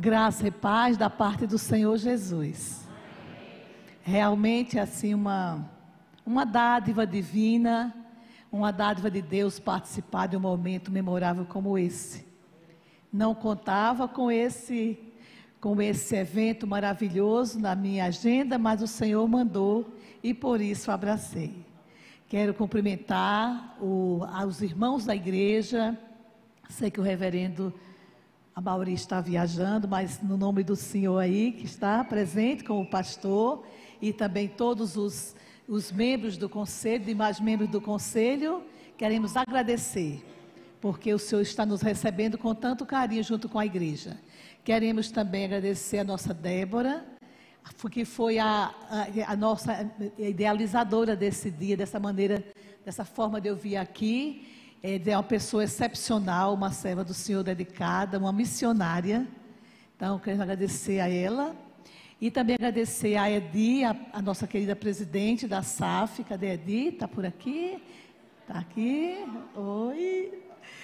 Graça e paz da parte do Senhor Jesus. Realmente, assim, uma dádiva divina, uma dádiva de Deus participar de um momento memorável como esse. Não contava com esse evento maravilhoso na minha agenda, mas o Senhor mandou e por isso abracei. Quero cumprimentar os irmãos da igreja. Sei que o reverendo Amaury está viajando, mas no nome do Senhor aí, que está presente como pastor, e também todos os membros do conselho, demais membros do conselho, queremos agradecer, porque o Senhor está nos recebendo com tanto carinho junto com a igreja. Queremos também agradecer a nossa Débora, que foi a nossa idealizadora desse dia, dessa forma de eu vir aqui. É uma pessoa excepcional, uma serva do Senhor dedicada, uma missionária. Então, quero agradecer a ela. E também agradecer a Edi, a nossa querida presidente da SAF. Cadê a Edi? Está por aqui? Está aqui. Oi.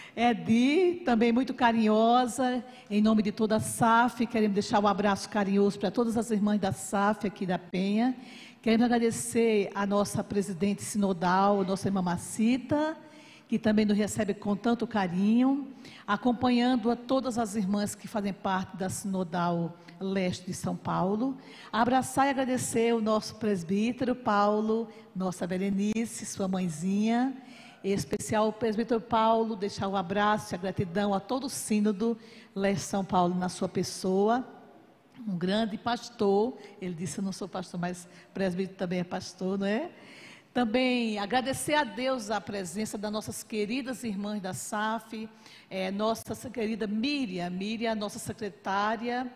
Edi, também muito carinhosa, em nome de toda a SAF. Queremos deixar um abraço carinhoso para todas as irmãs da SAF aqui da Penha. Queremos agradecer a nossa presidente sinodal, a nossa irmã Macita, que também nos recebe com tanto carinho, acompanhando a todas as irmãs que fazem parte da Sinodal Leste de São Paulo. Abraçar e agradecer o nosso presbítero Paulo, nossa Berenice, sua mãezinha, em especial o presbítero Paulo, deixar um abraço e a gratidão a todo o sínodo Leste de São Paulo na sua pessoa. Um grande pastor, ele disse: eu não sou pastor, mas presbítero também é pastor, não é? Também agradecer a Deus a presença das nossas queridas irmãs da SAF, nossa querida Miriam, nossa secretária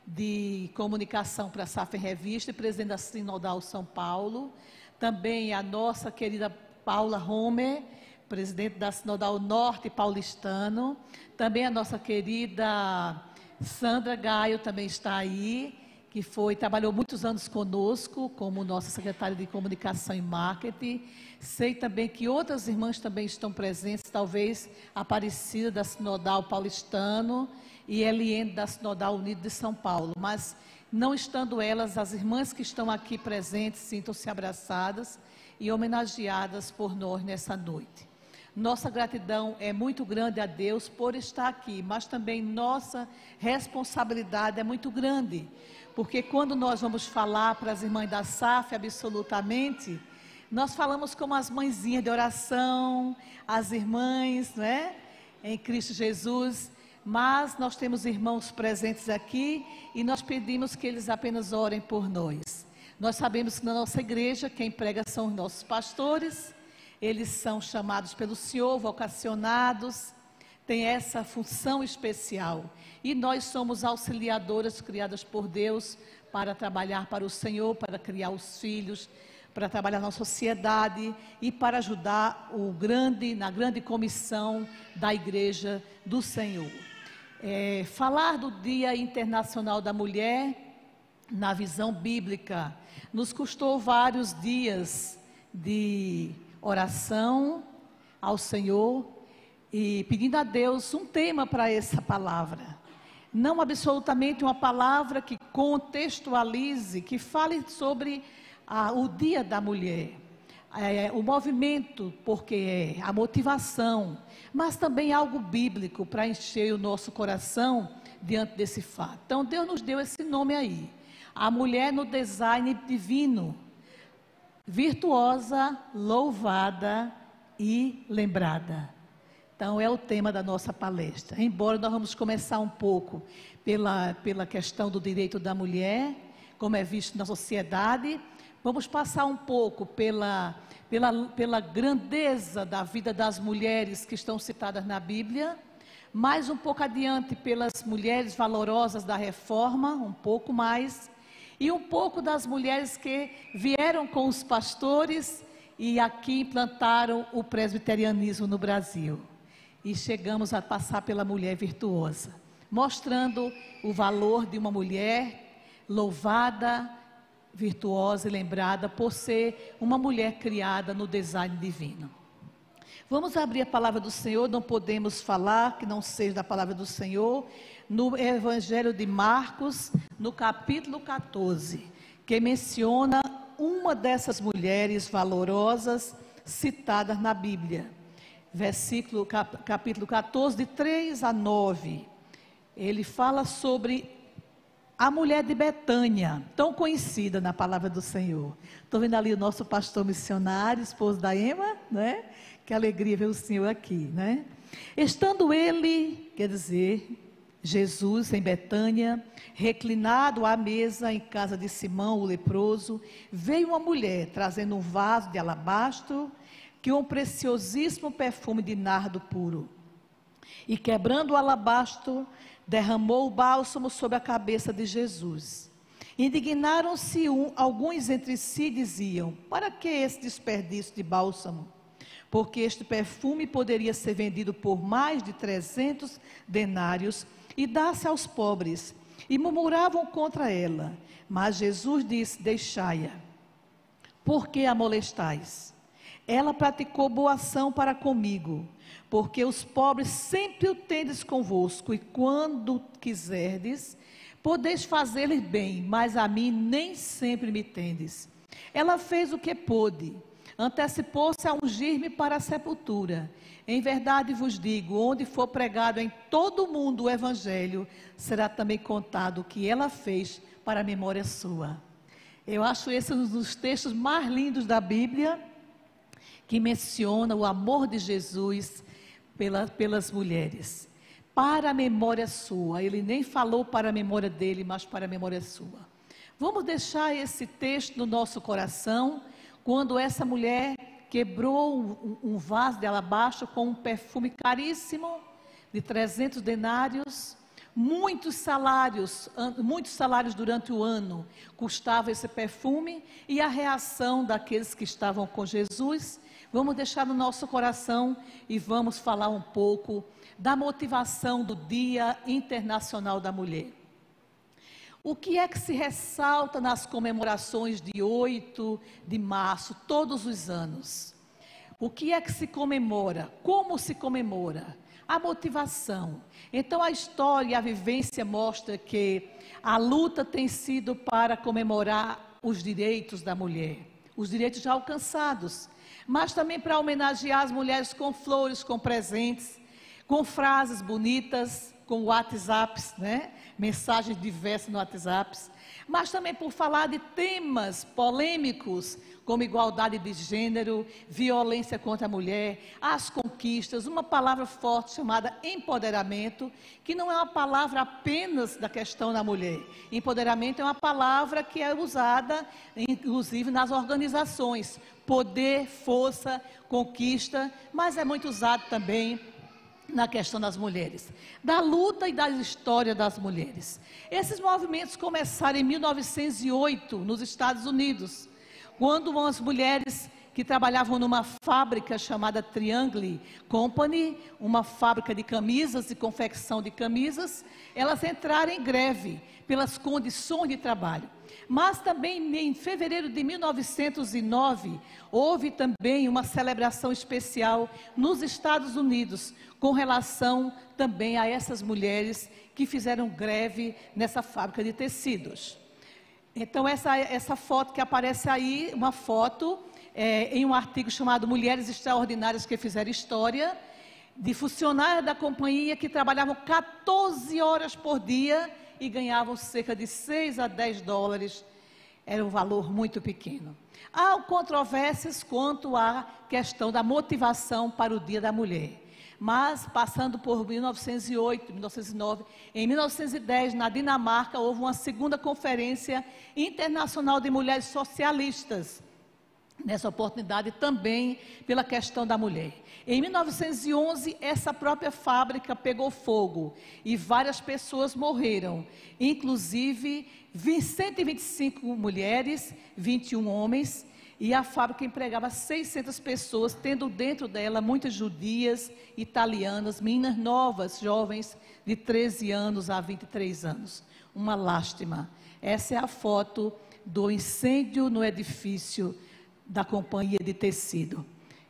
de comunicação para a SAF em Revista e presidente da Sinodal São Paulo. Também a nossa querida Paula Homer, presidente da Sinodal Norte Paulistano. Também a nossa querida Sandra Gaio também está aí, que trabalhou muitos anos conosco, como nossa secretária de Comunicação e Marketing. Sei também que outras irmãs também estão presentes, talvez a Aparecida da Sinodal Paulistano e Eliane da Sinodal Unido de São Paulo. Mas, não estando elas, as irmãs que estão aqui presentes, sintam-se abraçadas e homenageadas por nós nessa noite. Nossa gratidão é muito grande a Deus por estar aqui, mas também nossa responsabilidade é muito grande, porque quando nós vamos falar para as irmãs da SAF, absolutamente, nós falamos como as mãezinhas de oração, as irmãs, não é? Em Cristo Jesus, mas nós temos irmãos presentes aqui e nós pedimos que eles apenas orem por nós. Nós sabemos que na nossa igreja quem prega são os nossos pastores. Eles são chamados pelo Senhor, vocacionados, têm essa função especial. E nós somos auxiliadoras criadas por Deus para trabalhar para o Senhor, para criar os filhos, para trabalhar na sociedade e para ajudar na grande comissão da Igreja do Senhor. Falar do Dia Internacional da Mulher, na visão bíblica, nos custou vários dias de oração ao Senhor e pedindo a Deus um tema para essa palavra. Não absolutamente uma palavra que contextualize, que fale sobre o Dia da Mulher, o movimento, porque a motivação, mas também algo bíblico para encher o nosso coração diante desse fato. Então Deus nos deu esse nome aí, a mulher no design divino, virtuosa, louvada e lembrada. Então é o tema da nossa palestra. Embora nós vamos começar um pouco pela questão do direito da mulher, como é visto na sociedade, vamos passar um pouco pela grandeza da vida das mulheres que estão citadas na Bíblia, mais um pouco adiante pelas mulheres valorosas da Reforma, um pouco mais, e um pouco das mulheres que vieram com os pastores e aqui implantaram o presbiterianismo no Brasil. E chegamos a passar pela mulher virtuosa, mostrando o valor de uma mulher louvada, virtuosa e lembrada por ser uma mulher criada no design divino. Vamos abrir a palavra do Senhor, não podemos falar que não seja da palavra do Senhor, no Evangelho de Marcos, no capítulo 14, que menciona uma dessas mulheres valorosas citadas na Bíblia. Capítulo 14, de 3 a 9. Ele fala sobre a mulher de Betânia, tão conhecida na palavra do Senhor. Estou vendo ali o nosso pastor missionário, esposo da Ema, né? Que alegria ver o Senhor aqui, né? Estando ele, quer dizer, Jesus em Betânia, reclinado à mesa em casa de Simão, o leproso, veio uma mulher trazendo um vaso de alabastro, que um preciosíssimo perfume de nardo puro. E quebrando o alabastro, derramou o bálsamo sobre a cabeça de Jesus. Indignaram-se alguns entre si e diziam: para que esse desperdício de bálsamo? Porque este perfume poderia ser vendido por mais de 300 denários e dar-se aos pobres. E murmuravam contra ela. Mas Jesus disse: deixai-a. Por que a molestais? Ela praticou boa ação para comigo, porque os pobres sempre o tendes convosco, e quando quiserdes, podeis fazer-lhes bem, mas a mim nem sempre me tendes. Ela fez o que pôde, antecipou-se a ungir-me para a sepultura. Em verdade vos digo, onde for pregado em todo o mundo o Evangelho, será também contado o que ela fez para a memória sua. Eu acho esse um dos textos mais lindos da Bíblia, que menciona o amor de Jesus pelas mulheres. Para a memória sua. Ele nem falou para a memória dele, mas para a memória sua. Vamos deixar esse texto no nosso coração, quando essa mulher quebrou um vaso de alabastro com um perfume caríssimo, de 300 denários, muitos salários durante o ano custava esse perfume, e a reação daqueles que estavam com Jesus. Vamos deixar no nosso coração e vamos falar um pouco da motivação do Dia Internacional da Mulher. O que é que se ressalta nas comemorações de 8 de março, todos os anos? O que é que se comemora? Como se comemora? A motivação. Então a história e a vivência mostra que a luta tem sido para comemorar os direitos da mulher, os direitos já alcançados, mas também para homenagear as mulheres com flores, com presentes, com frases bonitas, com WhatsApps, né? Mensagens diversas no WhatsApp, mas também por falar de temas polêmicos, como igualdade de gênero, violência contra a mulher, as conquistas, uma palavra forte chamada empoderamento, que não é uma palavra apenas da questão da mulher. Empoderamento é uma palavra que é usada, inclusive, nas organizações. Poder, força, conquista, mas é muito usado também na questão das mulheres, da luta e da história das mulheres. Esses movimentos começaram em 1908, nos Estados Unidos, quando umas mulheres que trabalhavam numa fábrica chamada Triangle Company, uma fábrica de camisas e confecção de camisas, elas entraram em greve pelas condições de trabalho. Mas também em fevereiro de 1909, houve também uma celebração especial nos Estados Unidos, com relação também a essas mulheres que fizeram greve nessa fábrica de tecidos. Então essa foto que aparece aí, uma foto em um artigo chamado Mulheres Extraordinárias que Fizeram História, de funcionárias da companhia que trabalhavam 14 horas por dia e ganhavam cerca de 6 a 10 dólares, era um valor muito pequeno. Há controvérsias quanto à questão da motivação para o Dia da Mulher, mas passando por 1908, 1909, em 1910, na Dinamarca, houve uma segunda conferência internacional de mulheres socialistas, nessa oportunidade também pela questão da mulher. Em 1911, essa própria fábrica pegou fogo e várias pessoas morreram, inclusive 125 mulheres, 21 homens, e a fábrica empregava 600 pessoas, tendo dentro dela muitas judias, italianas, meninas novas, jovens de 13 anos a 23 anos. Uma lástima. Essa é a foto do incêndio no edifício da companhia de tecido.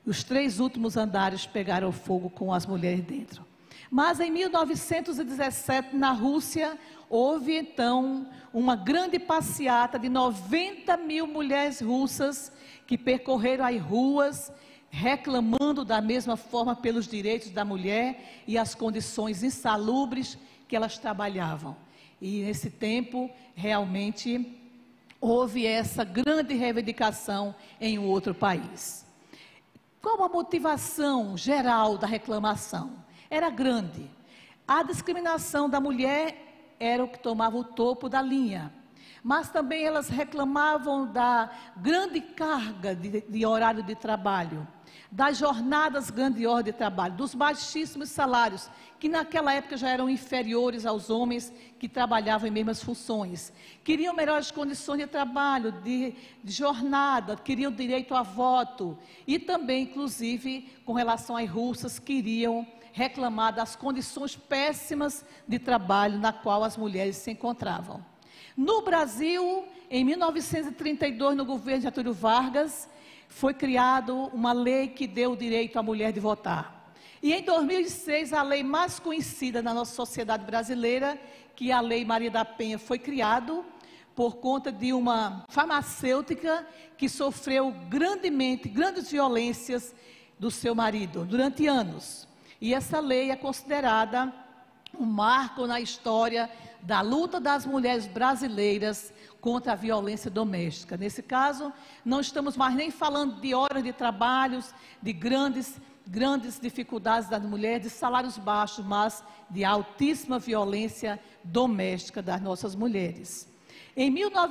Os 3 últimos andares pegaram fogo com as mulheres dentro. Mas em 1917, na Rússia, houve então uma grande passeata de 90 mil mulheres russas que percorreram as ruas, reclamando da mesma forma pelos direitos da mulher e as condições insalubres que elas trabalhavam. E nesse tempo, realmente, houve essa grande reivindicação em um outro país. Qual a motivação geral da reclamação? Era grande. A discriminação da mulher era o que tomava o topo da linha. Mas também elas reclamavam da grande carga de horário de trabalho, das jornadas grandiosas de trabalho, dos baixíssimos salários, que naquela época já eram inferiores aos homens que trabalhavam em mesmas funções. Queriam melhores condições de trabalho, de jornada, queriam direito a voto. E também, inclusive, com relação às russas, queriam reclamar das condições péssimas de trabalho na qual as mulheres se encontravam. No Brasil, em 1932, no governo de Getúlio Vargas, foi criada uma lei que deu o direito à mulher de votar. E em 2006, a lei mais conhecida na nossa sociedade brasileira, que é a Lei Maria da Penha, foi criada por conta de uma farmacêutica que sofreu grandes violências do seu marido durante anos. E essa lei é considerada um marco na história da luta das mulheres brasileiras contra a violência doméstica. Nesse caso, não estamos mais nem falando de horas de trabalhos, de grandes dificuldades das mulheres, de salários baixos, mas de altíssima violência doméstica das nossas mulheres. Em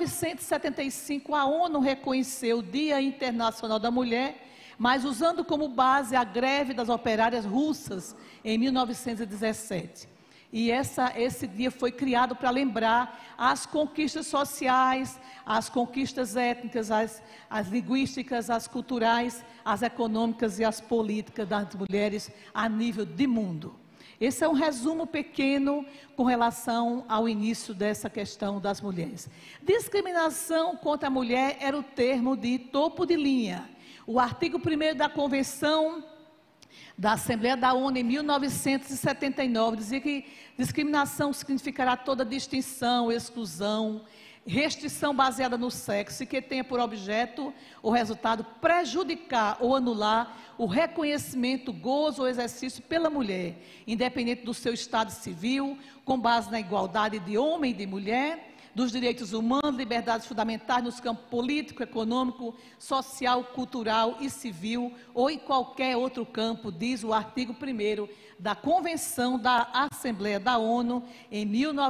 1975, a ONU reconheceu o Dia Internacional da Mulher, mas usando como base a greve das operárias russas em 1917. E esse dia foi criado para lembrar as conquistas sociais, as conquistas étnicas, as linguísticas, as culturais, as econômicas e as políticas das mulheres a nível de mundo. Esse é um resumo pequeno com relação ao início dessa questão das mulheres. Discriminação contra a mulher era o termo de topo de linha. O artigo 1º da Convenção da Assembleia da ONU, em 1979, dizia que discriminação significará toda distinção, exclusão, restrição baseada no sexo e que tenha por objeto ou resultado prejudicar ou anular o reconhecimento, gozo ou exercício pela mulher, independente do seu estado civil, com base na igualdade de homem e de mulher, dos direitos humanos, liberdades fundamentais nos campos político, econômico, social, cultural e civil, ou em qualquer outro campo, diz o artigo 1º da Convenção da Assembleia da ONU, em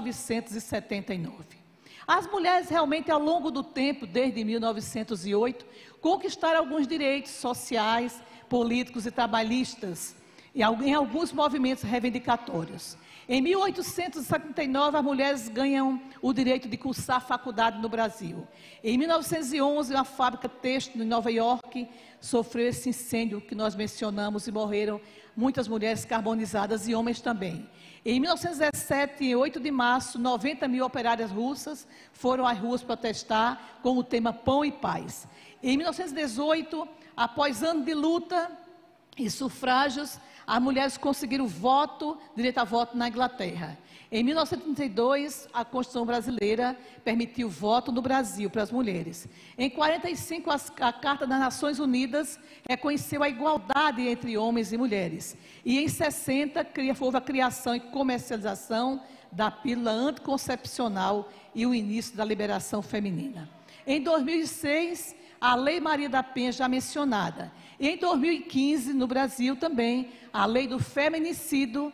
1979. As mulheres realmente, ao longo do tempo, desde 1908, conquistaram alguns direitos sociais, políticos e trabalhistas, em alguns movimentos reivindicatórios. Em 1879, as mulheres ganham o direito de cursar faculdade no Brasil. Em 1911, uma fábrica têxtil em Nova York sofreu esse incêndio que nós mencionamos e morreram muitas mulheres carbonizadas e homens também. Em 1917, em 8 de março, 90 mil operárias russas foram às ruas protestar com o tema Pão e Paz. Em 1918, após anos de luta e sufrágios, as mulheres conseguiram direito a voto na Inglaterra. Em 1932, a Constituição brasileira permitiu o voto no Brasil para as mulheres. Em 1945, a Carta das Nações Unidas reconheceu a igualdade entre homens e mulheres. E em 1960, houve a criação e comercialização da pílula anticoncepcional e o início da liberação feminina. Em 2006, a Lei Maria da Penha, já mencionada. Em 2015, no Brasil também, a lei do feminicídio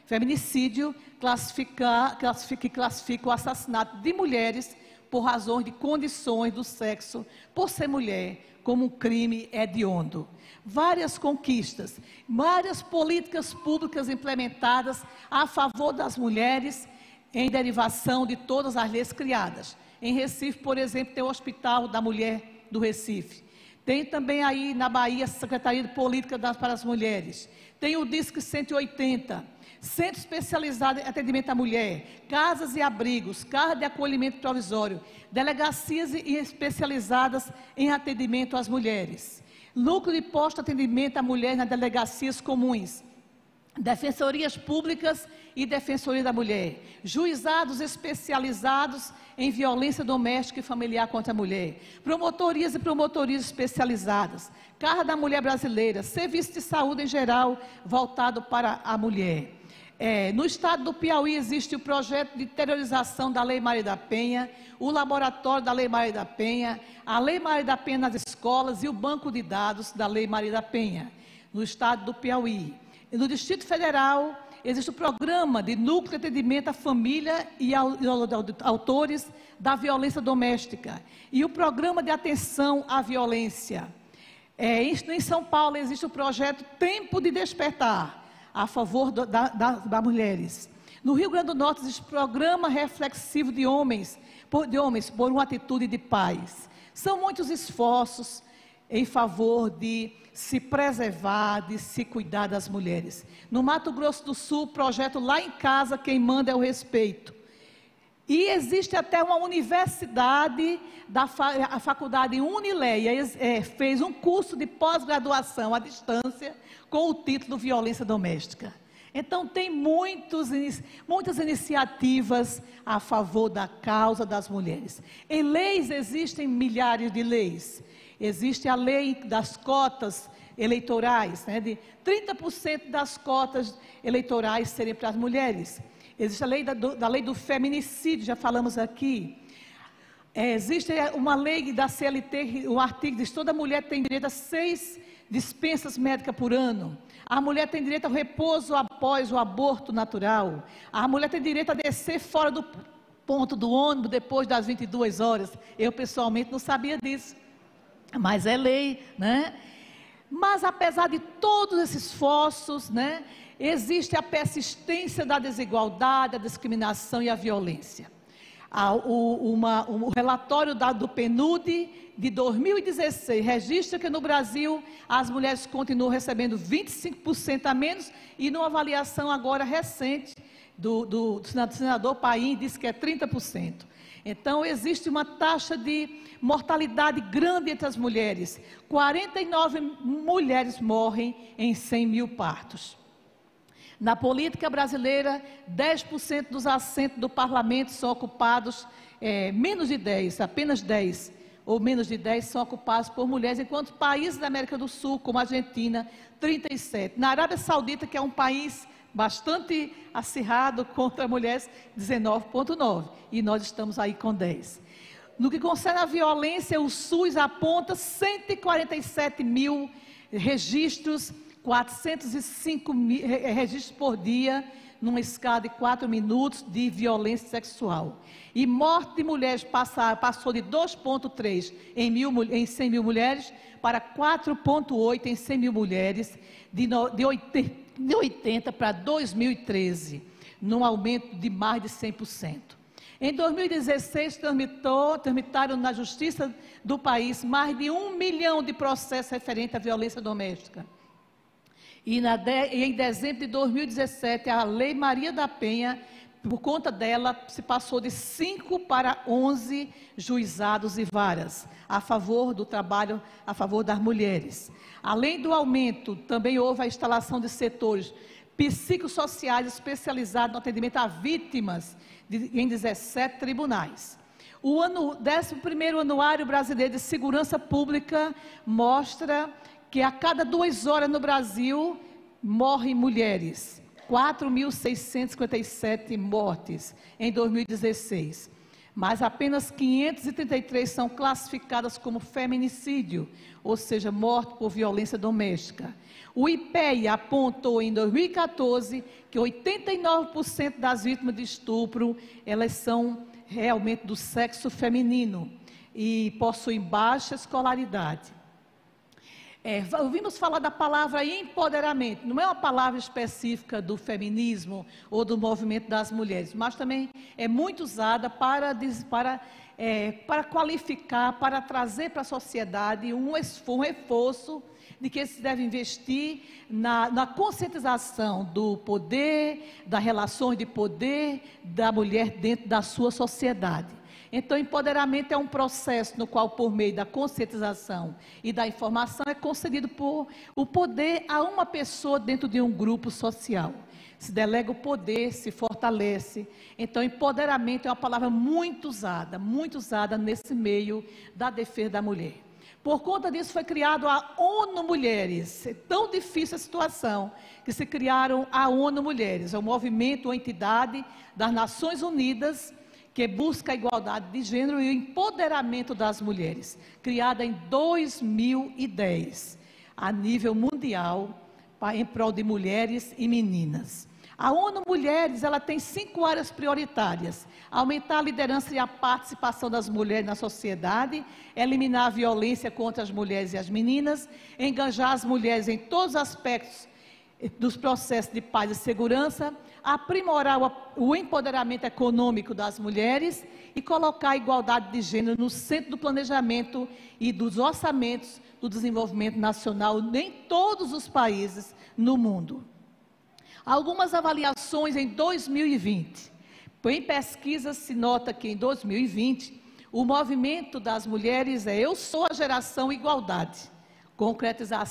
classifica o assassinato de mulheres por razões de condições do sexo, por ser mulher, como um crime hediondo. Várias conquistas, várias políticas públicas implementadas a favor das mulheres em derivação de todas as leis criadas. Em Recife, por exemplo, tem o Hospital da Mulher do Recife. Tem também aí na Bahia a Secretaria de Política para as Mulheres. Tem o Disque 180, Centro Especializado em Atendimento à Mulher, casas e abrigos, casas de acolhimento provisório, delegacias especializadas em atendimento às mulheres. Núcleo de posto-atendimento à mulher nas delegacias comuns, defensorias públicas e defensoria da mulher, juizados especializados em violência doméstica e familiar contra a mulher, promotorias e promotorias especializadas, Carta da Mulher Brasileira, serviço de saúde em geral voltado para a mulher. No estado do Piauí existe o projeto de interiorização da Lei Maria da Penha, o laboratório da Lei Maria da Penha, a Lei Maria da Penha nas escolas e o banco de dados da Lei Maria da Penha, no estado do Piauí. E no Distrito Federal existe o programa de núcleo de atendimento à família e autores da violência doméstica e o programa de atenção à violência. Em São Paulo existe o projeto Tempo de Despertar, a favor das mulheres. No Rio Grande do Norte existe o programa reflexivo de homens por uma atitude de paz. São muitos esforços em favor de se preservar, de se cuidar das mulheres. No Mato Grosso do Sul, o projeto Lá em Casa, quem manda é o respeito. E existe até uma universidade, a faculdade Unileia, fez um curso de pós-graduação à distância com o título Violência Doméstica. Então tem muitas iniciativas a favor da causa das mulheres. Em leis existem milhares de leis. Existe a lei das cotas eleitorais, de 30% das cotas eleitorais serem para as mulheres. Existe a lei da lei do feminicídio, já falamos aqui. Existe uma lei da CLT, o artigo diz que toda mulher tem direito a 6 dispensas médicas por ano. A mulher tem direito ao repouso após o aborto natural. A mulher tem direito a descer fora do ponto do ônibus depois das 22 horas. Eu, pessoalmente, não sabia disso. Mas é lei, Mas, apesar de todos esses esforços, existe a persistência da desigualdade, a discriminação e a violência. O relatório do PNUD de 2016 registra que no Brasil as mulheres continuam recebendo 25% a menos e numa avaliação agora recente do senador Paim diz que é 30%. Então existe uma taxa de mortalidade grande entre as mulheres. 49 mulheres morrem em 100 mil partos. Na política brasileira, 10% dos assentos do parlamento são ocupados, menos de 10, apenas 10, ou menos de 10 são ocupados por mulheres, enquanto países da América do Sul, como a Argentina, 37. Na Arábia Saudita, que é um país bastante acirrado contra mulheres, 19,9. E nós estamos aí com 10. No que concerne a violência, o SUS aponta 147 mil registros, 405 mil registros por dia, numa escala de 4 minutos de violência sexual. E morte de mulheres passou de 2,3 em 100 mil mulheres para 4,8 em 100 mil mulheres, de 80 para 2013, num aumento de mais de 100%. Em 2016, tramitaram na Justiça do país mais de 1 milhão de processos referentes à violência doméstica. E em dezembro de 2017, a Lei Maria da Penha, por conta dela, se passou de 5 para 11 juizados e varas, a favor do trabalho, a favor das mulheres. Além do aumento, também houve a instalação de setores psicossociais especializados no atendimento a vítimas em 17 tribunais. O 11º Anuário Brasileiro de Segurança Pública mostra que a cada 2 horas no Brasil morrem mulheres, 4.657 mortes em 2016, mas apenas 533 são classificadas como feminicídio, ou seja, morte por violência doméstica. O IPEA apontou em 2014 que 89% das vítimas de estupro, elas são realmente do sexo feminino e possuem baixa escolaridade. Ouvimos falar da palavra empoderamento, não é uma palavra específica do feminismo ou do movimento das mulheres, mas também é muito usada para qualificar, para trazer para a sociedade um reforço de que se deve investir na conscientização do poder, das relações de poder da mulher dentro da sua sociedade. Então, empoderamento é um processo no qual, por meio da conscientização e da informação, é concedido por o poder a uma pessoa dentro de um grupo social. Se delega o poder, se fortalece. Então, empoderamento é uma palavra muito usada nesse meio da defesa da mulher. Por conta disso foi criado a ONU Mulheres. É tão difícil a situação que se criaram a ONU Mulheres. É um movimento, uma entidade das Nações Unidas que busca a igualdade de gênero e o empoderamento das mulheres. Criada em 2010, a nível mundial, em prol de mulheres e meninas. A ONU Mulheres, ela tem 5 áreas prioritárias: aumentar a liderança e a participação das mulheres na sociedade, eliminar a violência contra as mulheres e as meninas, engajar as mulheres em todos os aspectos dos processos de paz e segurança, aprimorar o empoderamento econômico das mulheres e colocar a igualdade de gênero no centro do planejamento e dos orçamentos do desenvolvimento nacional em todos os países no mundo. Algumas avaliações em 2020. Em pesquisa se nota que em 2020, o movimento das mulheres é "Eu sou a geração igualdade", concretizar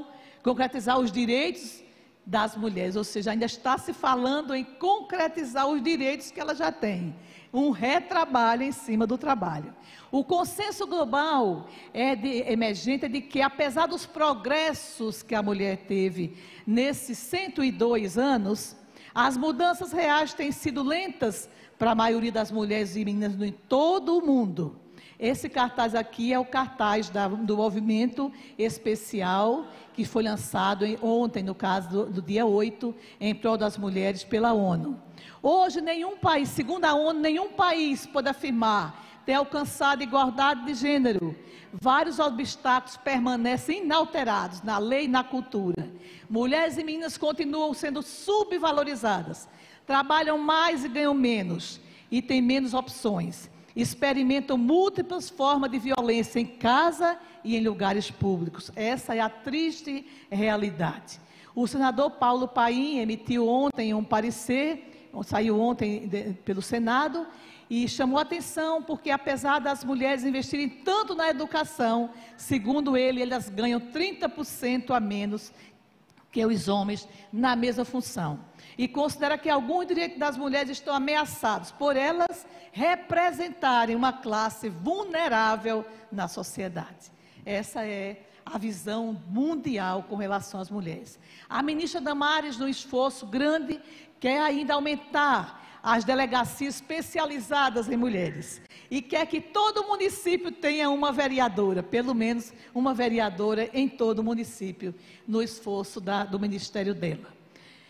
os direitos das mulheres, ou seja, ainda está se falando em concretizar os direitos que ela já tem. Um retrabalho em cima do trabalho. O consenso global emergente é de que, apesar dos progressos que a mulher teve nesses 102 anos, as mudanças reais têm sido lentas para a maioria das mulheres e meninas em todo o mundo. Esse cartaz aqui é o cartaz do movimento especial que foi lançado ontem, no caso do dia 8, em prol das mulheres pela ONU. Hoje, nenhum país, segundo a ONU, nenhum país pode afirmar ter alcançado igualdade de gênero. Vários obstáculos permanecem inalterados na lei e na cultura. Mulheres e meninas continuam sendo subvalorizadas, trabalham mais e ganham menos, e têm menos opções. Experimentam múltiplas formas de violência em casa e em lugares públicos. Essa é a triste realidade. O senador Paulo Paim emitiu ontem um parecer, saiu ontem pelo Senado, e chamou a atenção porque, apesar das mulheres investirem tanto na educação, segundo ele, elas ganham 30% a menos que os homens na mesma função. E considera que alguns direitos das mulheres estão ameaçados por elas representarem uma classe vulnerável na sociedade. Essa é a visão mundial com relação às mulheres. A ministra Damares, num esforço grande, quer ainda aumentar as delegacias especializadas em mulheres e quer que todo município tenha uma vereadora, pelo menos uma vereadora em todo o município, no esforço do ministério dela.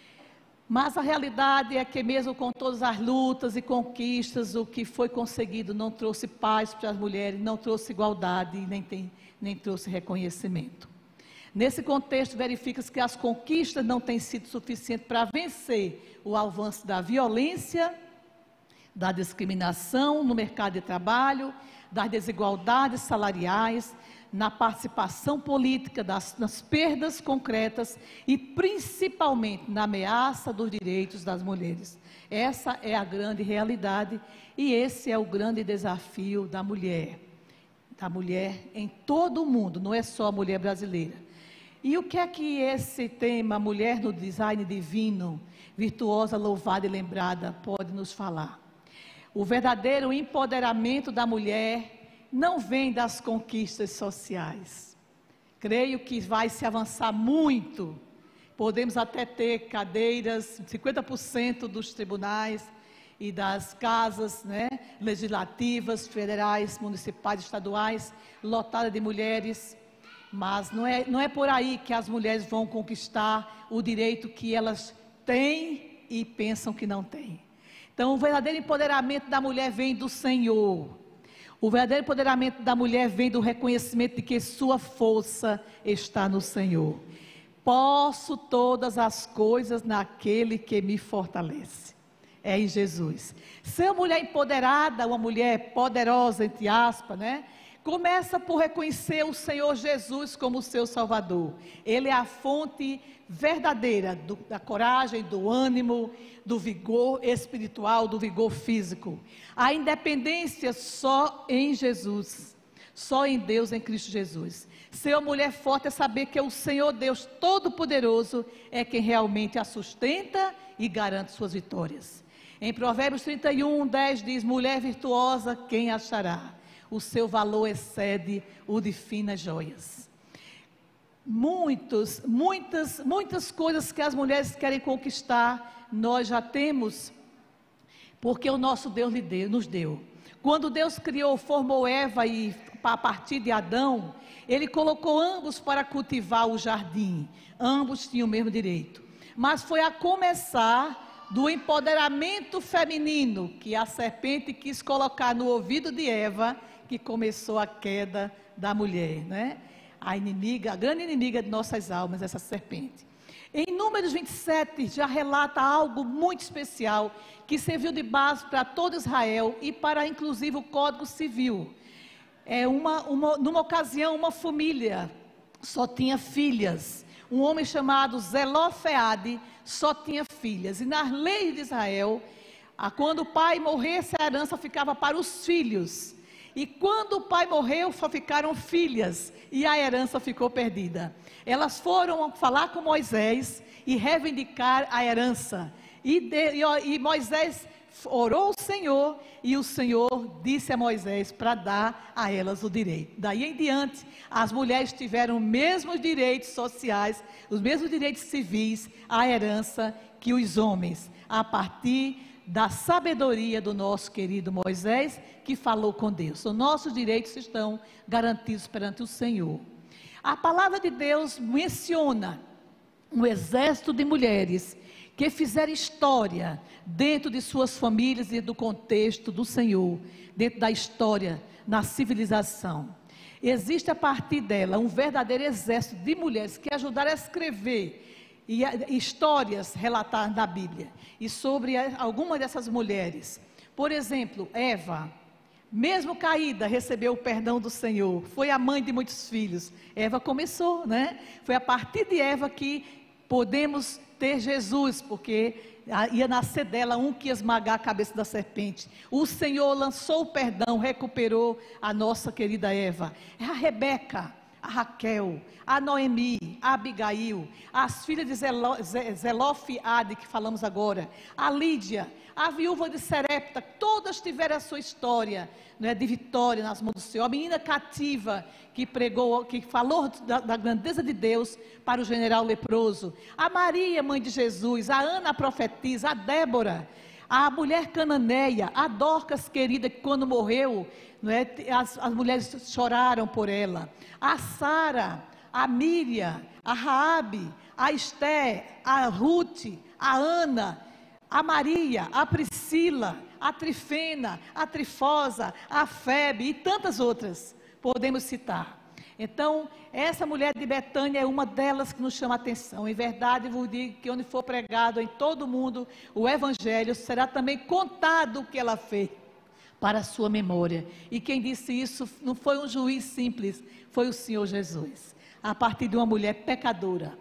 Mas a realidade é que, mesmo com todas as lutas e conquistas, o que foi conseguido não trouxe paz para as mulheres, não trouxe igualdade e nem trouxe reconhecimento. Nesse contexto, verifica-se que as conquistas não têm sido suficientes para vencer o avanço da violência, da discriminação no mercado de trabalho, das desigualdades salariais, na participação política, nas perdas concretas e principalmente na ameaça dos direitos das mulheres. Essa é a grande realidade e esse é o grande desafio da mulher em todo o mundo, não é só a mulher brasileira. E o que é que esse tema, mulher no design divino, virtuosa, louvada e lembrada, pode nos falar? O verdadeiro empoderamento da mulher não vem das conquistas sociais. Creio que vai se avançar muito. Podemos até ter cadeiras, 50% dos tribunais e das casas, legislativas, federais, municipais, estaduais, lotadas de mulheres. Mas não é por aí que as mulheres vão conquistar o direito que elas têm e pensam que não têm. Então, o verdadeiro empoderamento da mulher vem do Senhor. O verdadeiro empoderamento da mulher vem do reconhecimento de que sua força está no Senhor. Posso todas as coisas naquele que me fortalece. É em Jesus. Ser uma mulher empoderada, uma mulher poderosa, entre aspas, Começa por reconhecer o Senhor Jesus como o seu Salvador. Ele é a fonte verdadeira da coragem, do ânimo, do vigor espiritual, do vigor físico. A independência só em Jesus, só em Deus, em Cristo Jesus. Ser uma mulher forte é saber que o Senhor Deus Todo-Poderoso é quem realmente a sustenta e garante suas vitórias. Em Provérbios 31:10 diz: mulher virtuosa, quem achará? O seu valor excede o de finas joias. Muitas coisas que as mulheres querem conquistar, nós já temos, porque o nosso Deus nos deu. Quando Deus criou, formou Eva e a partir de Adão, Ele colocou ambos para cultivar o jardim. Ambos tinham o mesmo direito. Mas foi a começar do empoderamento feminino que a serpente quis colocar no ouvido de Eva, que começou a queda da mulher, né? A inimiga, a grande inimiga de nossas almas, essa serpente. Em Números 27 já relata algo muito especial que serviu de base para todo Israel e para inclusive o Código Civil. Numa ocasião, uma família só tinha filhas. Um homem chamado Zelofeade só tinha filhas. E nas leis de Israel, quando o pai morresse, a herança ficava para os filhos. E quando o pai morreu, só ficaram filhas e a herança ficou perdida. Elas foram falar com Moisés e reivindicar a herança. E Moisés orou ao Senhor e o Senhor disse a Moisés para dar a elas o direito. Daí em diante, as mulheres tiveram os mesmos direitos sociais, os mesmos direitos civis, a herança que os homens, a partir da sabedoria do nosso querido Moisés, que falou com Deus. Os nossos direitos estão garantidos perante o Senhor. A palavra de Deus menciona um exército de mulheres que fizeram história dentro de suas famílias e do contexto do Senhor, dentro da história, na civilização. Existe a partir dela um verdadeiro exército de mulheres que ajudaram a escrever e histórias relatadas na Bíblia, e sobre algumas dessas mulheres. Por exemplo, Eva, mesmo caída, recebeu o perdão do Senhor, foi a mãe de muitos filhos. Eva começou, né? Foi a partir de Eva que podemos ter Jesus, porque ia nascer dela um que ia esmagar a cabeça da serpente. O Senhor lançou o perdão, recuperou a nossa querida Eva. É a Rebeca, a Raquel, a Noemi, a Abigail, as filhas de Zelofeade, que falamos agora, a Lídia, a viúva de Serepta, todas tiveram a sua história, né, de vitória nas mãos do Senhor. A menina cativa que pregou, que falou da grandeza de Deus para o general leproso, a Maria, mãe de Jesus, a Ana, a profetisa, a Débora, a mulher cananeia, a Dorcas querida, que quando morreu, não é, as mulheres choraram por ela, a Sara, a Míria, a Raabe, a Esté, a Ruth, a Ana, a Maria, a Priscila, a Trifena, a Trifosa, a Febe e tantas outras podemos citar. Então, essa mulher de Betânia é uma delas que nos chama a atenção. Em verdade, vos digo que onde for pregado em todo o mundo o Evangelho, será também contado o que ela fez para a sua memória. E quem disse isso não foi um juiz simples, foi o Senhor Jesus, a partir de uma mulher pecadora.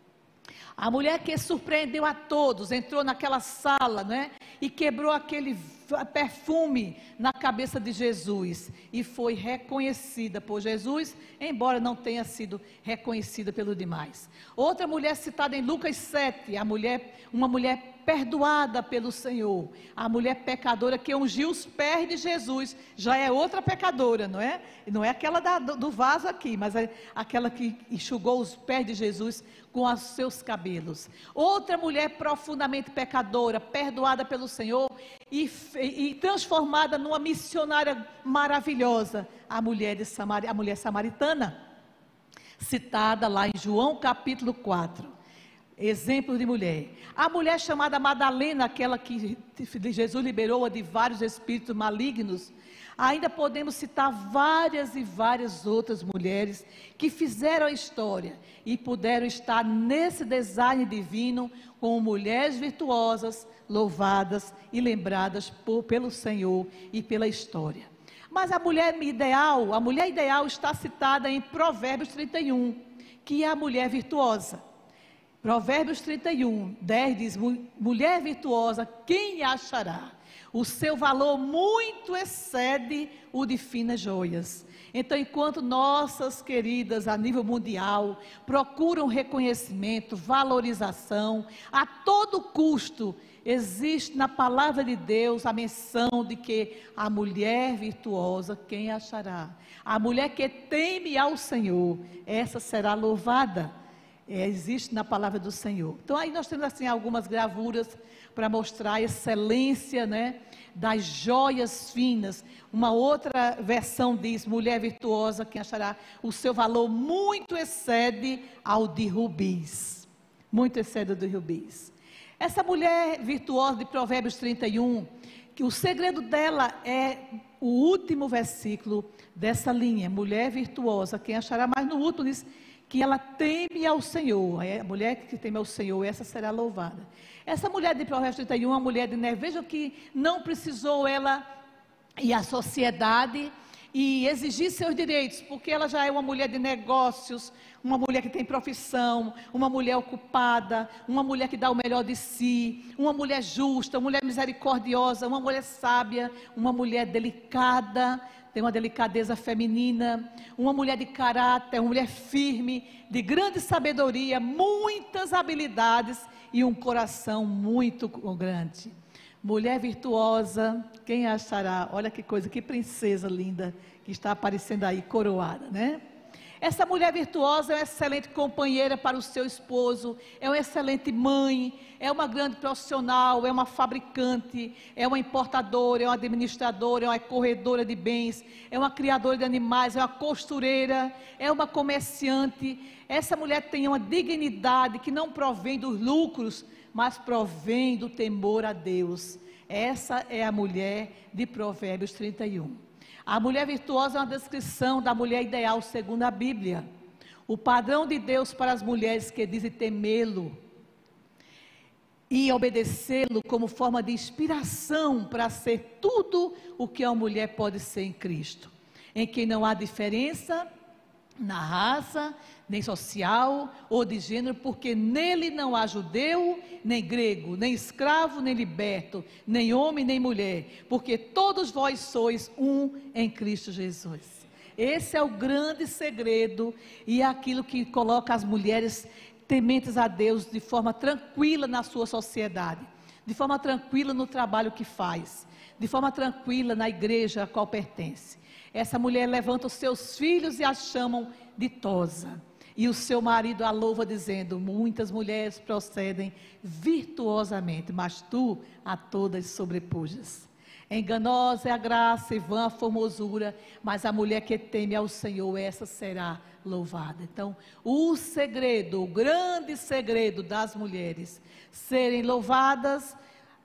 A mulher que surpreendeu a todos, entrou naquela sala, né, e quebrou aquele perfume na cabeça de Jesus e foi reconhecida por Jesus, embora não tenha sido reconhecida pelos demais. Outra mulher citada em Lucas 7, uma mulher perdoada pelo Senhor, a mulher pecadora que ungiu os pés de Jesus, já é outra pecadora, não é? Não é aquela do vaso aqui, mas é aquela que enxugou os pés de Jesus com os seus cabelos. Outra mulher profundamente pecadora, perdoada pelo Senhor e transformada numa missionária maravilhosa, a mulher samaritana, citada lá em João capítulo 4. Exemplo de mulher. A mulher chamada Madalena, aquela que Jesus liberou-a de vários espíritos malignos. Ainda podemos citar várias e várias outras mulheres que fizeram a história e puderam estar nesse design divino como mulheres virtuosas, louvadas e lembradas pelo Senhor e pela história. Mas a mulher ideal está citada em Provérbios 31, que é a mulher virtuosa. Provérbios 31, 10 diz: mulher virtuosa, quem a achará? O seu valor muito excede o de finas joias. Então, enquanto nossas queridas a nível mundial procuram reconhecimento, valorização, a todo custo, existe na palavra de Deus a menção de que a mulher virtuosa, quem achará? A mulher que teme ao Senhor, essa será louvada. Existe na palavra do Senhor. Então aí nós temos assim algumas gravuras para mostrar a excelência, né, das joias finas. Uma outra versão diz: mulher virtuosa, quem achará? O seu valor muito excede ao de rubis. Muito excede ao de rubis. Essa mulher virtuosa de Provérbios 31, que o segredo dela é o último versículo dessa linha, mulher virtuosa, quem achará? Mas no último diz que ela teme ao Senhor. A mulher que teme ao Senhor, essa será louvada. Essa mulher de Provérbios 31, uma mulher de Névé, veja que não precisou ela ir à sociedade e exigir seus direitos, porque ela já é uma mulher de negócios, uma mulher que tem profissão, uma mulher ocupada, uma mulher que dá o melhor de si, uma mulher justa, uma mulher misericordiosa, uma mulher sábia, uma mulher delicada, tem uma delicadeza feminina, uma mulher de caráter, uma mulher firme, de grande sabedoria, muitas habilidades e um coração muito grande. Mulher virtuosa, quem achará? Olha que coisa, que princesa linda que está aparecendo aí, coroada, né? Essa mulher virtuosa é uma excelente companheira para o seu esposo, é uma excelente mãe, é uma grande profissional, é uma fabricante, é uma importadora, é uma administradora, é uma corredora de bens, é uma criadora de animais, é uma costureira, é uma comerciante. Essa mulher tem uma dignidade que não provém dos lucros, mas provém do temor a Deus. Essa é a mulher de Provérbios 31. A mulher virtuosa é uma descrição da mulher ideal segundo a Bíblia. O padrão de Deus para as mulheres que dizem temê-lo e obedecê-lo como forma de inspiração para ser tudo o que uma mulher pode ser em Cristo, em quem não há diferença na raça, nem social ou de gênero, porque nele não há judeu, nem grego, nem escravo, nem liberto, nem homem, nem mulher, porque todos vós sois um em Cristo Jesus. Esse é o grande segredo e é aquilo que coloca as mulheres tementes a Deus de forma tranquila na sua sociedade, de forma tranquila no trabalho que faz, de forma tranquila na igreja a qual pertence. Essa mulher levanta os seus filhos e a chamam ditosa. E o seu marido a louva dizendo: muitas mulheres procedem virtuosamente, mas tu a todas sobrepujas. Enganosa é a graça e vã a formosura, mas a mulher que teme ao Senhor, essa será louvada. Então, o segredo, o grande segredo das mulheres, serem louvadas,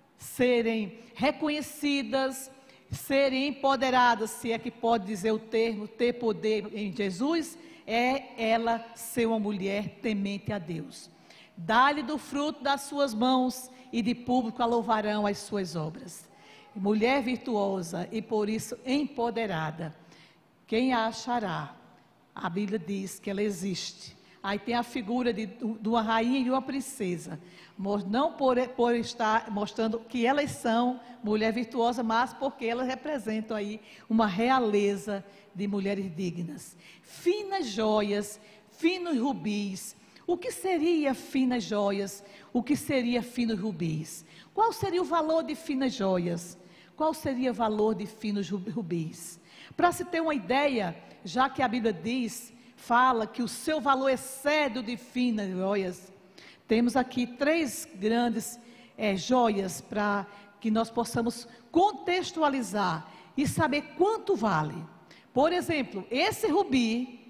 serem reconhecidas, serem empoderadas, se é que pode dizer o termo, ter poder em Jesus, é ela ser uma mulher temente a Deus. Dá-lhe do fruto das suas mãos e de público a louvarão as suas obras. Mulher virtuosa e por isso empoderada, quem a achará? A Bíblia diz que ela existe. Aí tem a figura de uma rainha e uma princesa, não por estar mostrando que elas são mulher virtuosa, mas porque elas representam aí uma realeza de mulheres dignas. Finas joias, finos rubis. O que seria finas joias? O que seria finos rubis? Qual seria o valor de finas joias? Qual seria o valor de finos rubis? Para se ter uma ideia, já que a Bíblia fala que o seu valor excede o de finas joias, temos aqui 3 grandes joias para que nós possamos contextualizar e saber quanto vale. Por exemplo, esse rubi,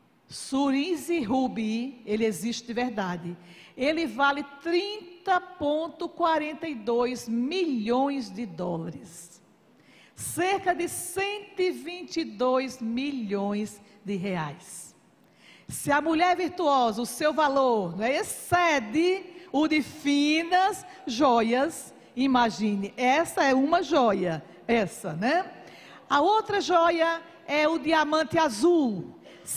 Surize Rubi, ele existe de verdade. Ele vale 30,42 milhões de dólares. Cerca de 122 milhões de reais. Se a mulher virtuosa, o seu valor excede o de finas joias, imagine, essa é uma joia, essa, né? A outra joia é o diamante azul,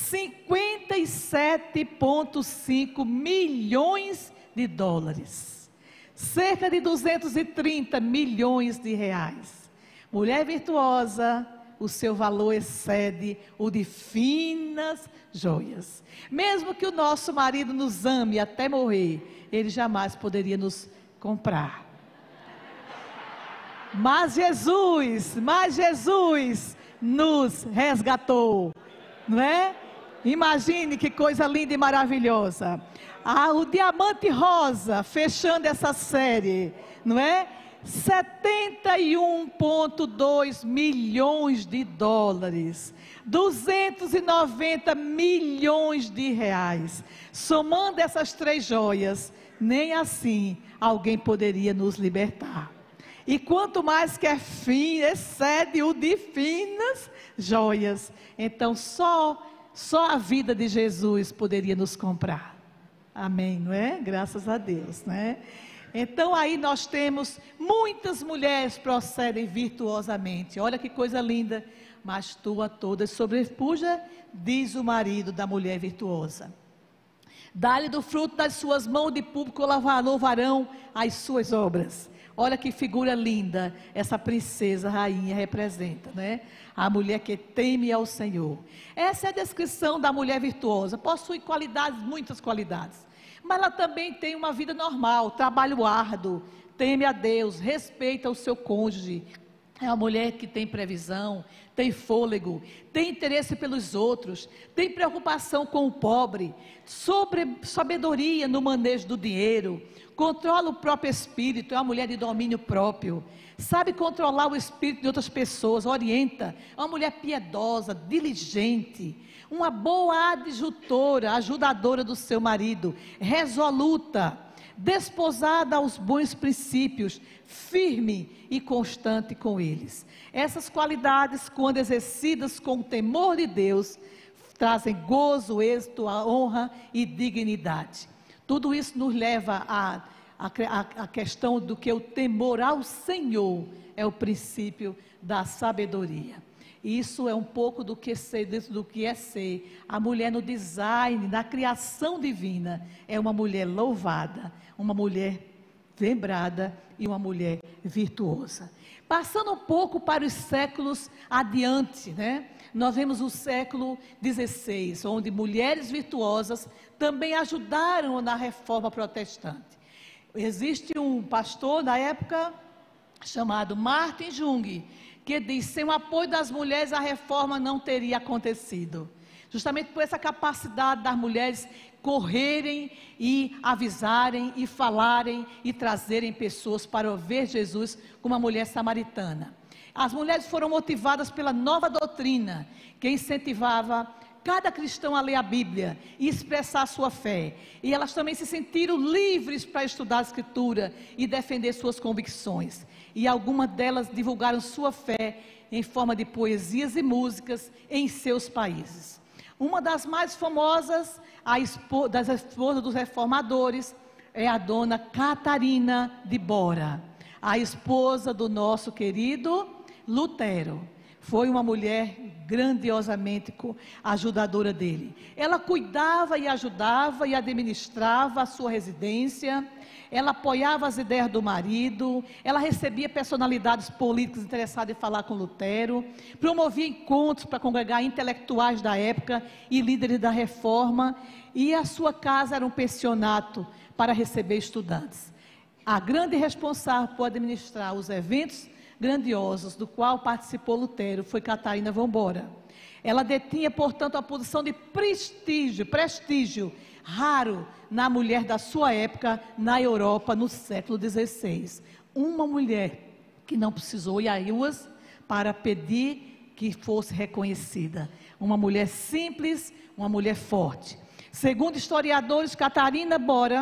57,5 milhões de dólares, cerca de 230 milhões de reais. Mulher virtuosa, o seu valor excede o de finas joias. Mesmo que o nosso marido nos ame até morrer, ele jamais poderia nos comprar. Mas Jesus nos resgatou, não é? Imagine que coisa linda e maravilhosa. O diamante rosa, fechando essa série, não é? 71,2 milhões de dólares, 290 milhões de reais. Somando essas três joias, nem assim alguém poderia nos libertar. E quanto mais que é fino, excede o de finas joias. Então só a vida de Jesus poderia nos comprar. Amém, não é? Graças a Deus, não é? Então aí nós temos muitas mulheres procedem virtuosamente. Olha que coisa linda. Mas tu a todas sobrepuja, diz o marido da mulher virtuosa. Dá-lhe do fruto das suas mãos, de público louvarão as suas obras. Olha que figura linda essa princesa rainha representa, né? A mulher que teme ao Senhor. Essa é a descrição da mulher virtuosa. Possui qualidades, muitas qualidades. Mas ela também tem uma vida normal, trabalho árduo, teme a Deus, respeita o seu cônjuge. É uma mulher que tem previsão, tem fôlego, tem interesse pelos outros, tem preocupação com o pobre, sobre sabedoria no manejo do dinheiro, controla o próprio espírito, é uma mulher de domínio próprio, sabe controlar o espírito de outras pessoas, orienta, é uma mulher piedosa, diligente, uma boa adjutora, ajudadora do seu marido, resoluta, desposada aos bons princípios, firme e constante com eles. Essas qualidades, quando exercidas com o temor de Deus, trazem gozo, êxito, honra e dignidade. Tudo isso nos leva à questão do que o temor ao Senhor é o princípio da sabedoria. Isso é um pouco do que é ser. A mulher no design, na criação divina, é uma mulher louvada, uma mulher lembrada e uma mulher virtuosa. Passando um pouco para os séculos adiante, né? Nós vemos o século XVI, onde mulheres virtuosas também ajudaram na reforma protestante. Existe um pastor da época chamado Martin Jung, que diz: sem o apoio das mulheres a reforma não teria acontecido. Justamente por essa capacidade das mulheres correrem e avisarem e falarem e trazerem pessoas para ver Jesus como uma mulher samaritana. As mulheres foram motivadas pela nova doutrina que incentivava cada cristão a ler a Bíblia e expressar a sua fé. E elas também se sentiram livres para estudar a Escritura e defender suas convicções. E algumas delas divulgaram sua fé em forma de poesias e músicas em seus países. Uma das mais famosas, das esposas dos reformadores, é a dona Catarina de Bora, a esposa do nosso querido Lutero. Foi uma mulher grandiosamente ajudadora dele. Ela cuidava e ajudava e administrava a sua residência. Ela apoiava as ideias do marido. Ela recebia personalidades políticas interessadas em falar com Lutero. Promovia encontros para congregar intelectuais da época e líderes da reforma. E a sua casa era um pensionato para receber estudantes. A grande responsável por administrar os eventos grandiosos do qual participou Lutero foi Catarina von Bora. Ela detinha, portanto, a posição de prestígio raro na mulher da sua época na Europa no século XVI. Uma mulher que não precisou ir a ruas para pedir que fosse reconhecida. Uma mulher simples, uma mulher forte. Segundo historiadores, Catarina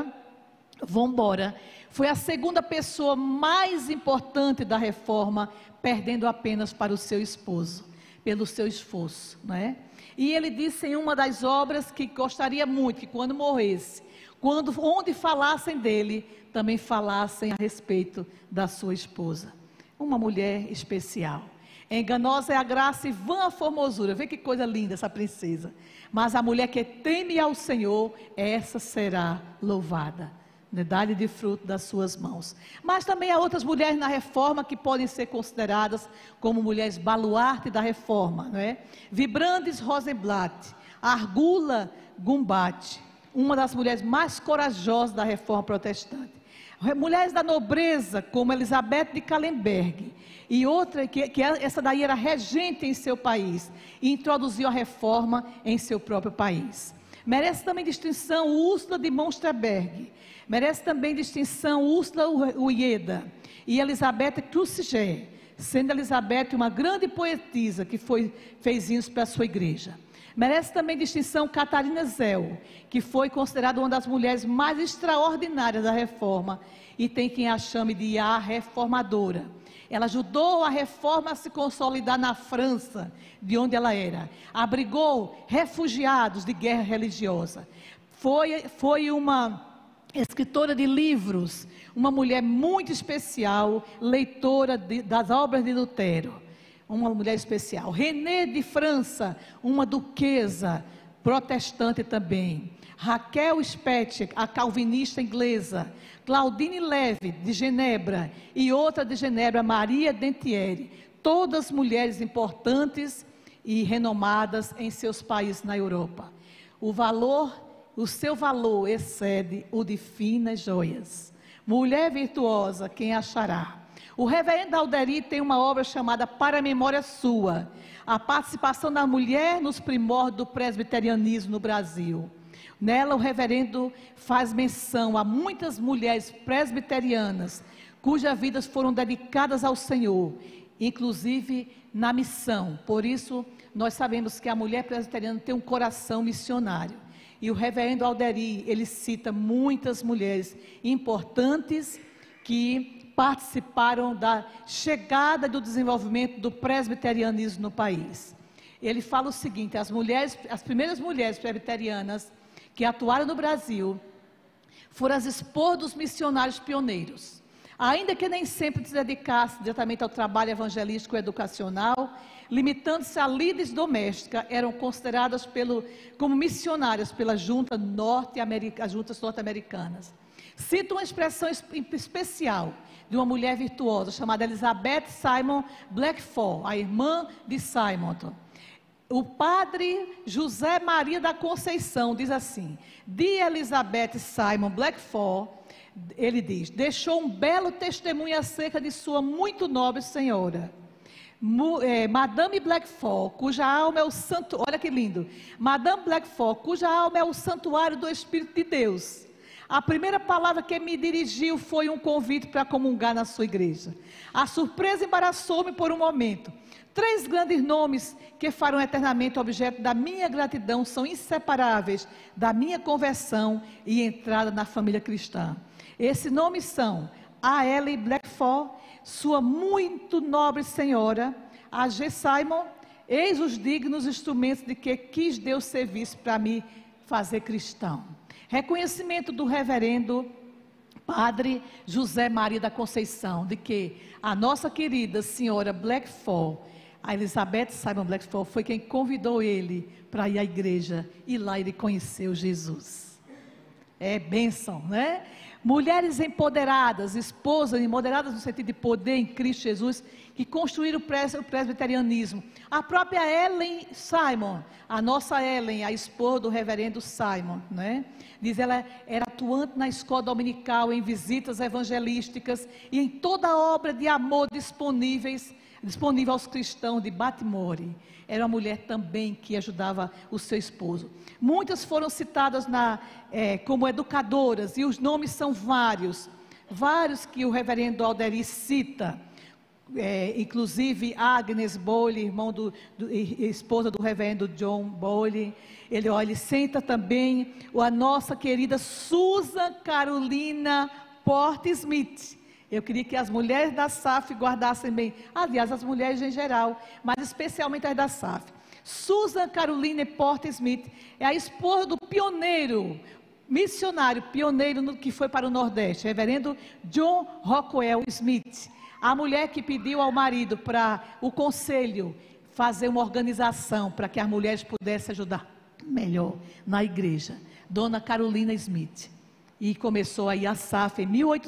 von Bora foi a segunda pessoa mais importante da reforma, perdendo apenas para o seu esposo, pelo seu esforço, não é? E ele disse em uma das obras que gostaria muito que quando morresse, onde falassem dele, também falassem a respeito da sua esposa. Uma mulher especial. Enganosa é a graça e vã a formosura. Vê que coisa linda essa princesa. Mas a mulher que teme ao Senhor, essa será louvada. Dá-lhe de fruto das suas mãos. Mas também há outras mulheres na reforma que podem ser consideradas como mulheres baluarte da reforma, não é? Vibrandes Rosenblatt, Argula Gumbach, uma das mulheres mais corajosas da reforma protestante. Mulheres da nobreza, como Elizabeth de Kallenberg, e outra, essa daí era regente em seu país, e introduziu a reforma em seu próprio país. Merece também distinção Úrsula de Monsterberg, merece também distinção Úrsula Uieda e Elizabeth Cruciger, sendo Elizabeth uma grande poetisa que fez hinos para a sua igreja. Merece também distinção Catarina Zell, que foi considerada uma das mulheres mais extraordinárias da reforma e tem quem a chame de a reformadora. Ela ajudou a reforma a se consolidar na França, de onde ela era. Abrigou refugiados de guerra religiosa. Foi uma escritora de livros, uma mulher muito especial, leitora das obras de Lutero. Uma mulher especial. René de França, uma duquesa protestante também. Raquel Spetz, a calvinista inglesa. Claudine Leve, de Genebra. E outra de Genebra, Maria Dentieri. Todas mulheres importantes e renomadas em seus países na Europa. O seu valor excede o de finas joias. Mulher virtuosa, quem achará? O reverendo Alderi tem uma obra chamada Para a Memória Sua, a participação da mulher nos primórdios do presbiterianismo no Brasil. Nela o reverendo faz menção a muitas mulheres presbiterianas, cujas vidas foram dedicadas ao Senhor, inclusive na missão. Por isso, nós sabemos que a mulher presbiteriana tem um coração missionário. E o reverendo Alderi, ele cita muitas mulheres importantes que participaram da chegada do desenvolvimento do presbiterianismo no país. Ele fala o seguinte: as primeiras mulheres presbiterianas que atuaram no Brasil foram as esposas dos missionários pioneiros. Ainda que nem sempre se dedicassem diretamente ao trabalho evangelístico e educacional, limitando-se a líderes domésticas, eram consideradas como missionárias pelas juntas norte-americanas. Cito uma expressão especial de uma mulher virtuosa chamada Elizabeth Simon Blackford, a irmã de Simon. O padre José Maria da Conceição diz assim: de Elizabeth Simon Blackford, ele diz, deixou um belo testemunho acerca de sua muito nobre senhora. Madame Blackford, cuja alma é o santuário, olha que lindo, Madame Blackford, cuja alma é o santuário do Espírito de Deus. A primeira palavra que me dirigiu foi um convite para comungar na sua igreja. A surpresa embaraçou-me por um momento. 3 grandes nomes que farão eternamente objeto da minha gratidão são inseparáveis da minha conversão e entrada na família cristã. Esses nomes são a Ellie Blackford, sua muito nobre senhora, a G. Simon, eis os dignos instrumentos de que quis Deus serviço para me fazer cristão. Reconhecimento do reverendo Padre José Maria da Conceição, de que a nossa querida senhora Blackford, a Elizabeth Simon Blackford, foi quem convidou ele para ir à igreja, e lá ele conheceu Jesus. É bênção, né? Mulheres empoderadas, esposas empoderadas no sentido de poder em Cristo Jesus, que construíram o presbiterianismo. A própria Ellen Simon, a nossa Ellen, a esposa do reverendo Simon, né? Diz ela era atuante na escola dominical, em visitas evangelísticas e em toda obra de amor disponível aos cristãos de Baltimore. Era uma mulher também que ajudava o seu esposo. Muitas foram citadas como educadoras, e os nomes são vários que o reverendo Alderi cita. Inclusive Agnes Bowley, esposa do reverendo John Bowley. Ele cita também a nossa querida Susan Carolina Porter Smith. Eu queria que as mulheres da SAF guardassem bem, aliás, as mulheres em geral, mas especialmente as da SAF. Susan Caroline Porter Smith é a esposa do missionário pioneiro que foi para o Nordeste, reverendo John Rockwell Smith. A mulher que pediu ao marido para o conselho fazer uma organização para que as mulheres pudessem ajudar melhor na igreja, Dona Carolina Smith. E começou aí a SAF em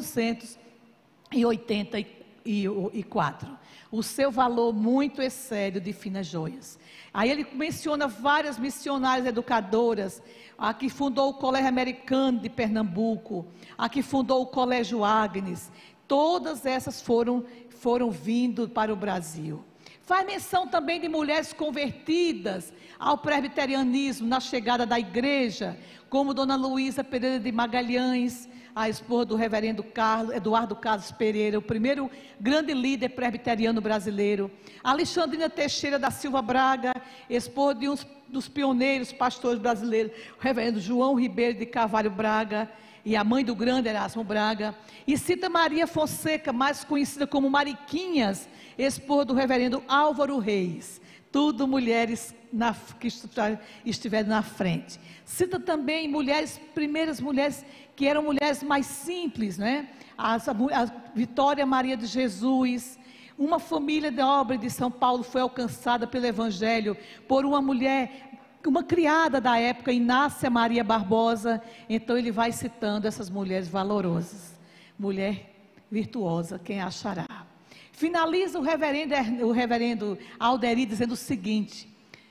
1884. O seu valor muito excede o de finas joias. Aí ele menciona várias missionárias educadoras, a que fundou o Colégio Americano de Pernambuco, a que fundou o Colégio Agnes. Todas essas foram vindo para o Brasil. Faz menção também de mulheres convertidas ao presbiterianismo na chegada da igreja, como Dona Luísa Pereira de Magalhães, a esposa do reverendo Eduardo Carlos Pereira, o primeiro grande líder presbiteriano brasileiro. Alexandrina Teixeira da Silva Braga, esposa de um dos pioneiros pastores brasileiros, o reverendo João Ribeiro de Carvalho Braga, e a mãe do grande Erasmo Braga. E cita Maria Fonseca, mais conhecida como Mariquinhas, esposa do reverendo Álvaro Reis. Tudo mulheres que estiveram na frente. Cita também primeiras mulheres que eram mulheres mais simples, né? A Vitória Maria de Jesus. Uma família de obra de São Paulo foi alcançada pelo Evangelho por uma mulher, uma criada da época, Inácia Maria Barbosa. Então ele vai citando essas mulheres valorosas. Mulher virtuosa, quem achará? Finaliza o reverendo Alderi dizendo o seguinte: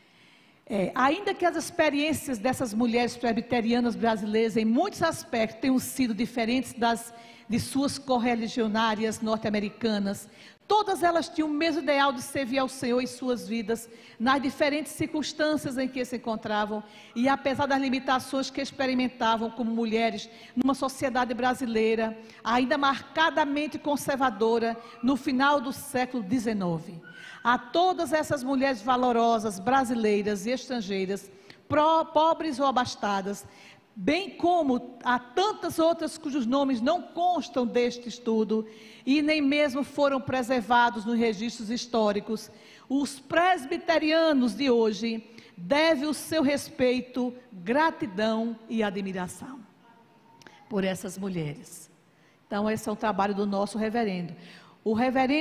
ainda que as experiências dessas mulheres presbiterianas brasileiras em muitos aspectos tenham sido diferentes de suas correligionárias norte-americanas, todas elas tinham o mesmo ideal de servir ao Senhor em suas vidas, nas diferentes circunstâncias em que se encontravam, e apesar das limitações que experimentavam como mulheres numa sociedade brasileira, ainda marcadamente conservadora no final do século XIX. A todas essas mulheres valorosas, brasileiras e estrangeiras, pobres ou abastadas, bem como a tantas outras cujos nomes não constam deste estudo e nem mesmo foram preservados nos registros históricos, os presbiterianos de hoje devem o seu respeito, gratidão e admiração por essas mulheres. Então esse é o trabalho do nosso reverendo. O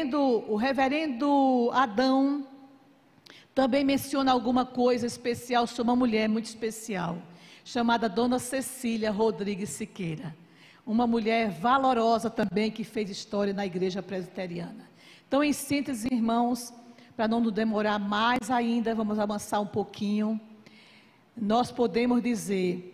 reverendo Adão também menciona alguma coisa especial sobre uma mulher muito especial, chamada Dona Cecília Rodrigues Siqueira, uma mulher valorosa também que fez história na igreja presbiteriana. Então, em síntese, irmãos, para não nos demorar mais ainda, vamos avançar um pouquinho. Nós podemos dizer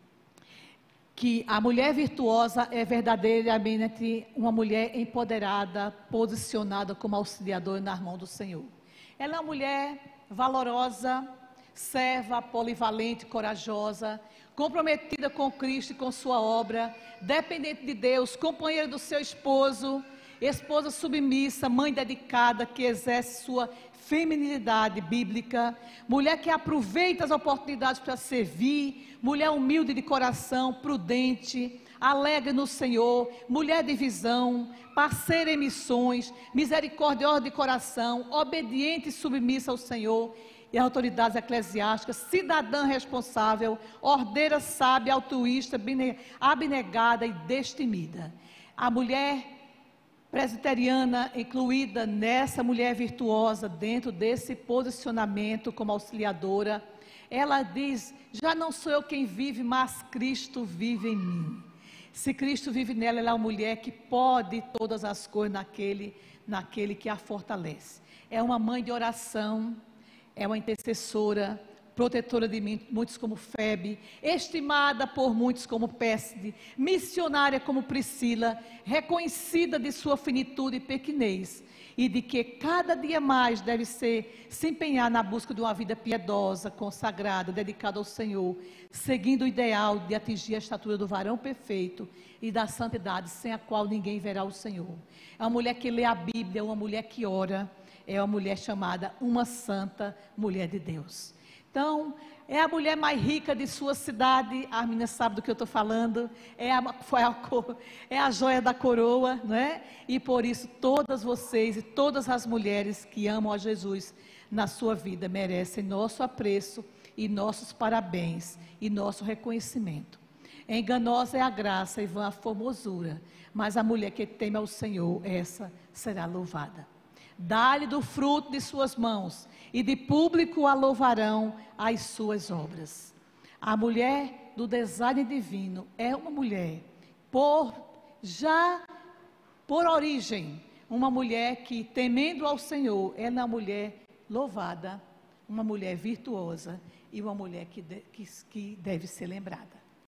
que a mulher virtuosa é verdadeiramente uma mulher empoderada, posicionada como auxiliadora nas mãos do Senhor. Ela é uma mulher valorosa, serva, polivalente, corajosa, comprometida com Cristo e com sua obra, dependente de Deus, companheira do seu esposo, esposa submissa, mãe dedicada, que exerce sua feminilidade bíblica, mulher que aproveita as oportunidades para servir, mulher humilde de coração, prudente, alegre no Senhor, mulher de visão, parceira em missões, misericordiosa de coração, obediente e submissa ao Senhor e autoridades eclesiásticas, cidadã responsável, ordeira, sábia, altruísta, abnegada e destemida. A mulher presbiteriana, incluída nessa mulher virtuosa, dentro desse posicionamento como auxiliadora, ela diz: já não sou eu quem vive, mas Cristo vive em mim. Se Cristo vive nela, ela é uma mulher que pode todas as coisas naquele que a fortalece. É uma mãe de oração, é uma intercessora, protetora de muitos como Febe, estimada por muitos como Pérside, missionária como Priscila, reconhecida de sua finitude e pequenez, e de que cada dia mais deve se empenhar na busca de uma vida piedosa, consagrada, dedicada ao Senhor, seguindo o ideal de atingir a estatura do varão perfeito e da santidade, sem a qual ninguém verá o Senhor. É uma mulher que lê a Bíblia, é uma mulher que ora, é uma mulher chamada uma santa mulher de Deus. Então, é a mulher mais rica de sua cidade, a menina sabe do que eu estou falando, é a joia da coroa, não é? E por isso todas vocês e todas as mulheres que amam a Jesus na sua vida merecem nosso apreço e nossos parabéns e nosso reconhecimento. Enganosa é a graça e vã a formosura, mas a mulher que teme ao Senhor, essa será louvada. Dá-lhe do fruto de suas mãos, e de público a louvarão as suas obras. A mulher do design divino é uma mulher, por origem, uma mulher que, temendo ao Senhor, é uma mulher louvada, uma mulher virtuosa e uma mulher que deve ser lembrada.